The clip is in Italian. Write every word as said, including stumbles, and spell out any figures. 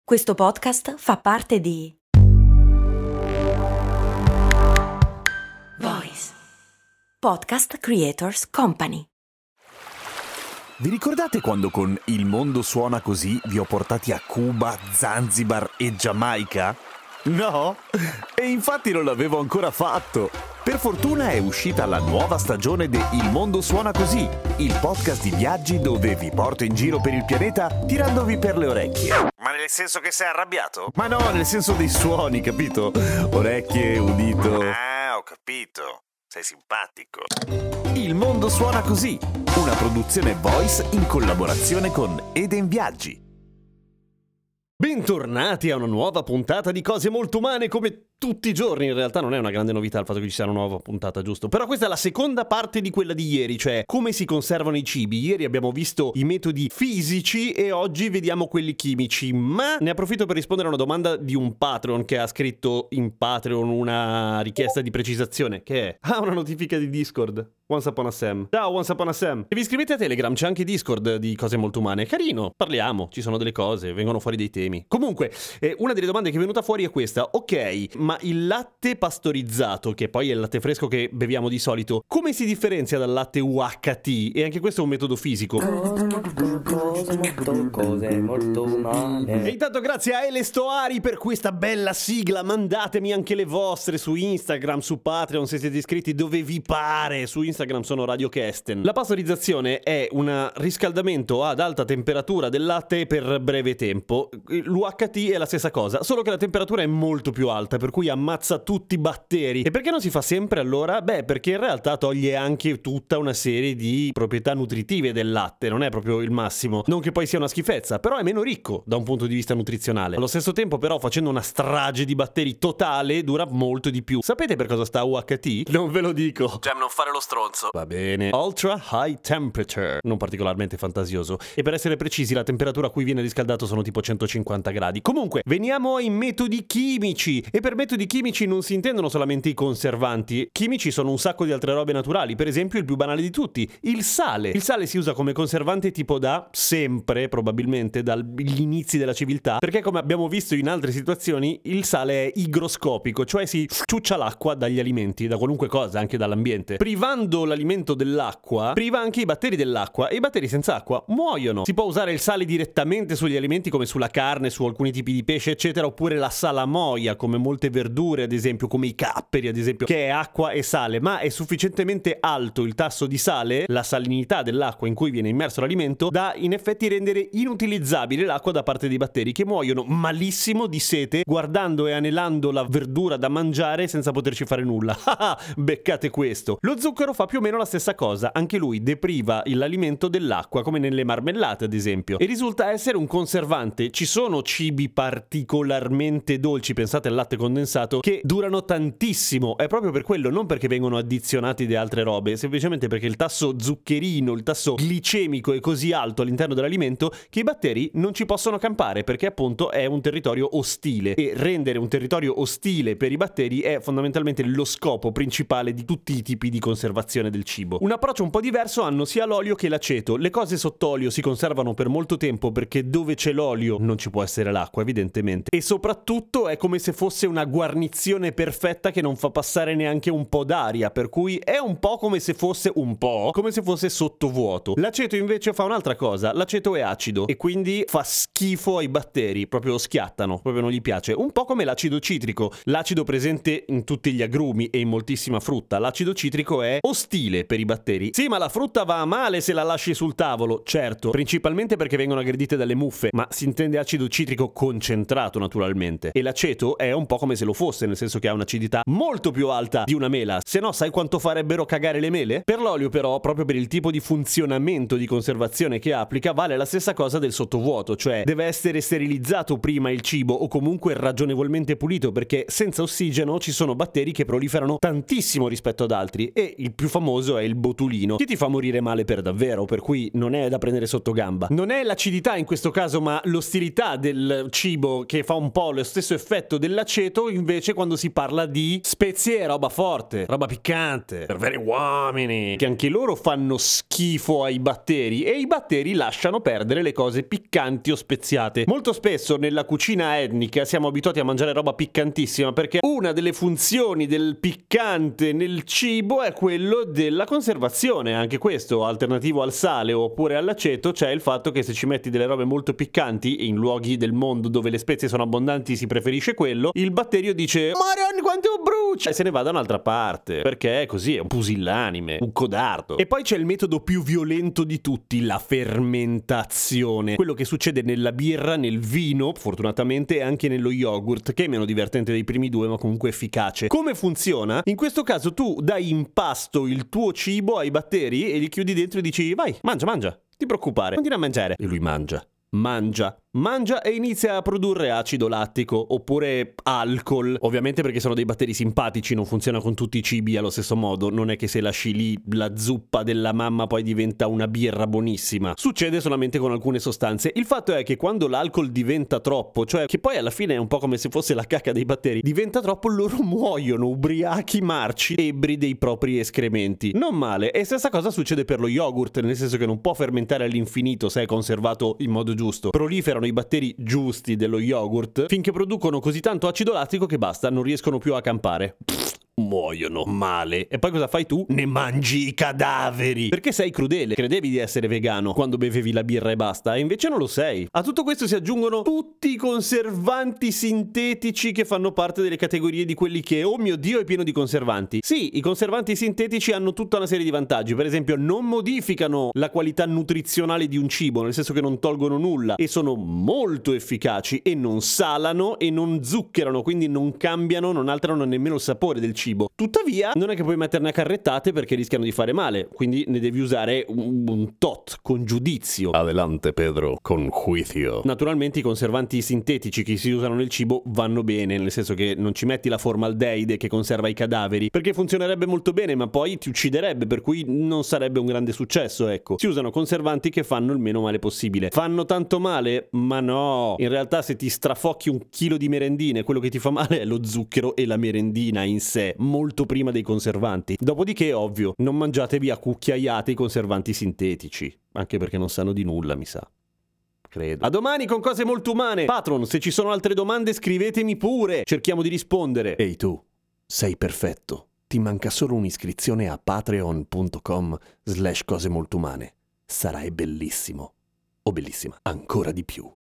Questo podcast fa parte di Voice Podcast Creators Company. Vi ricordate quando con Il mondo suona così vi ho portati a Cuba, Zanzibar e Giamaica? No? E infatti non l'avevo ancora fatto. Per fortuna è uscita la nuova stagione di Il mondo suona così, il podcast di viaggi dove vi porto in giro per il pianeta tirandovi per le orecchie. Ma nel senso che sei arrabbiato? Ma no, nel senso dei suoni, capito? Orecchie, udito. Ah, ho capito. Sei simpatico. Il mondo suona così, una produzione Voice in collaborazione con Eden Viaggi. Bentornati a una nuova puntata di Cose Molto Umane, come tutti i giorni. In realtà non è una grande novità il fatto che ci sia una nuova puntata, giusto? Però questa è la seconda parte di quella di ieri, cioè come si conservano i cibi. Ieri abbiamo visto i metodi fisici e oggi vediamo quelli chimici, ma ne approfitto per rispondere a una domanda di un Patreon che ha scritto in Patreon una richiesta di precisazione, che è ah, una notifica di Discord. Once Upon a Sam. Ciao Once Upon a Sam. E vi iscrivete a Telegram, c'è anche Discord di Cose Molto Umane. Carino, parliamo, ci sono delle cose, vengono fuori dei temi. Comunque, eh, una delle domande che è venuta fuori è questa. Ok, ma il latte pastorizzato, che poi è il latte fresco che beviamo di solito, come si differenzia dal latte U H T? E anche questo è un metodo fisico. Cose molto, cose molto umane. E intanto grazie a Ele Stoari per questa bella sigla. Mandatemi anche le vostre su Instagram, su Patreon, se siete iscritti dove vi pare. Su Instagram Instagram sono Radio Kesten. La pastorizzazione è un riscaldamento ad alta temperatura del latte per breve tempo. L'U H T è la stessa cosa, solo che la temperatura è molto più alta, per cui ammazza tutti i batteri. E perché non si fa sempre allora? Beh, perché in realtà toglie anche tutta una serie di proprietà nutritive del latte, non è proprio il massimo. Non che poi sia una schifezza, però è meno ricco da un punto di vista nutrizionale. Allo stesso tempo però, facendo una strage di batteri totale, dura molto di più. Sapete per cosa sta U H T? Non ve lo dico. Cioè, non fare lo stronzo. Va bene. Ultra High Temperature, non particolarmente fantasioso. E per essere precisi, la temperatura a cui viene riscaldato sono tipo centocinquanta gradi. Comunque, veniamo ai metodi chimici. E per metodi chimici non si intendono solamente i conservanti. Chimici sono un sacco di altre robe naturali. Per esempio, il più banale di tutti, il sale. Il sale si usa come conservante tipo da sempre, probabilmente, dagli inizi della civiltà. Perché, come abbiamo visto in altre situazioni, il sale è igroscopico, cioè si ciuccia l'acqua dagli alimenti, da qualunque cosa, anche dall'ambiente. Privando l'alimento dell'acqua, priva anche i batteri dell'acqua, e i batteri senza acqua muoiono. Si può usare il sale direttamente sugli alimenti come sulla carne, su alcuni tipi di pesce eccetera, oppure la salamoia come molte verdure, ad esempio come i capperi ad esempio, che è acqua e sale, ma è sufficientemente alto il tasso di sale, la salinità dell'acqua in cui viene immerso l'alimento, da in effetti rendere inutilizzabile l'acqua da parte dei batteri, che muoiono malissimo di sete guardando e anelando la verdura da mangiare senza poterci fare nulla. Beccate questo. Lo zucchero fa più o meno la stessa cosa, anche lui depriva l'alimento dell'acqua, come nelle marmellate ad esempio, e risulta essere un conservante. Ci sono cibi particolarmente dolci, pensate al latte condensato, che durano tantissimo, è proprio per quello, non perché vengono addizionati di altre robe, semplicemente perché il tasso zuccherino, il tasso glicemico è così alto all'interno dell'alimento che i batteri non ci possono campare, perché appunto è un territorio ostile, e rendere un territorio ostile per i batteri è fondamentalmente lo scopo principale di tutti i tipi di conservazione del cibo. Un approccio un po' diverso hanno sia l'olio che l'aceto. Le cose sott'olio si conservano per molto tempo perché dove c'è l'olio non ci può essere l'acqua, evidentemente, e soprattutto è come se fosse una guarnizione perfetta che non fa passare neanche un po' d'aria, per cui è un po' come se fosse un po' come se fosse sottovuoto. L'aceto invece fa un'altra cosa. L'aceto è acido e quindi fa schifo ai batteri, proprio schiattano, proprio non gli piace. Un po' come l'acido citrico, l'acido presente in tutti gli agrumi e in moltissima frutta. L'acido citrico è ostile per i batteri. Sì, ma la frutta va a male se la lasci sul tavolo, certo, principalmente perché vengono aggredite dalle muffe, ma si intende acido citrico concentrato naturalmente. E l'aceto è un po' come se lo fosse, nel senso che ha un'acidità molto più alta di una mela. Se no, sai quanto farebbero cagare le mele? Per l'olio però, proprio per il tipo di funzionamento di conservazione che applica, vale la stessa cosa del sottovuoto, cioè deve essere sterilizzato prima il cibo o comunque ragionevolmente pulito, perché senza ossigeno ci sono batteri che proliferano tantissimo rispetto ad altri, e il più più famoso è il botulino, che ti fa morire male per davvero, per cui non è da prendere sotto gamba. Non è l'acidità in questo caso, ma l'ostilità del cibo che fa un po' lo stesso effetto dell'aceto, invece quando si parla di spezie e roba forte, roba piccante, per veri uomini, che anche loro fanno schifo ai batteri, e i batteri lasciano perdere le cose piccanti o speziate. Molto spesso nella cucina etnica siamo abituati a mangiare roba piccantissima perché una delle funzioni del piccante nel cibo è quello della conservazione. Anche questo, alternativo al sale oppure all'aceto, c'è il fatto che se ci metti delle robe molto piccanti in luoghi del mondo dove le spezie sono abbondanti si preferisce quello, il batterio dice "Maronna quanto brucia!" e se ne va da un'altra parte, perché è così, è un pusillanime, un codardo. E poi c'è il metodo più violento di tutti, la fermentazione, quello che succede nella birra, nel vino, fortunatamente, e anche nello yogurt, che è meno divertente dei primi due ma comunque efficace. Come funziona? In questo caso tu dai in pasto il tuo cibo ai batteri e li chiudi dentro e dici vai, mangia, mangia, ti preoccupare, continua a mangiare. E lui mangia. Mangia, mangia e inizia a produrre acido lattico oppure alcol, ovviamente perché sono dei batteri simpatici, non funziona con tutti i cibi allo stesso modo, non è che se lasci lì la zuppa della mamma poi diventa una birra buonissima, succede solamente con alcune sostanze. Il fatto è che quando l'alcol diventa troppo, cioè che poi alla fine è un po' come se fosse la cacca dei batteri, diventa troppo, loro muoiono ubriachi, marci, ebbri dei propri escrementi. Non male. E stessa cosa succede per lo yogurt, nel senso che non può fermentare all'infinito se è conservato in modo giusto. Proliferano i batteri giusti dello yogurt finché producono così tanto acido lattico che basta, non riescono più a campare. Pff, muoiono male. E poi cosa fai tu? Ne mangi i cadaveri, perché sei crudele. Credevi di essere vegano quando bevevi la birra e basta, e invece non lo sei. A tutto questo si aggiungono tutti i conservanti sintetici che fanno parte delle categorie di quelli che, oh mio Dio, è pieno di conservanti. Sì, i conservanti sintetici hanno tutta una serie di vantaggi. Per esempio, non modificano la qualità nutrizionale di un cibo, nel senso che non tolgono nulla, e sono molto efficaci, e non salano e non zuccherano, quindi non cambiano, non alterano nemmeno il sapore del cibo. Tuttavia non è che puoi metterne a carrettate perché rischiano di fare male, quindi ne devi usare un, un tot, con giudizio. Adelante Pedro, con juicio. Naturalmente i conservanti sintetici che si usano nel cibo vanno bene, nel senso che non ci metti la formaldeide che conserva i cadaveri, perché funzionerebbe molto bene ma poi ti ucciderebbe, per cui non sarebbe un grande successo, ecco. Si usano conservanti che fanno il meno male possibile. Fanno tanto male? Ma no! In realtà se ti strafocchi un chilo di merendine, quello che ti fa male è lo zucchero e la merendina in sé, molto prima dei conservanti. Dopodiché, ovvio, non mangiatevi a cucchiaiate i conservanti sintetici, anche perché non sanno di nulla, mi sa. Credo. A domani con cose molto umane. Patron, se ci sono altre domande scrivetemi pure, cerchiamo di rispondere. Ehi tu, sei perfetto. Ti manca solo un'iscrizione a patreon.com slash cose molto umane. Sarai bellissimo. O bellissima, ancora di più.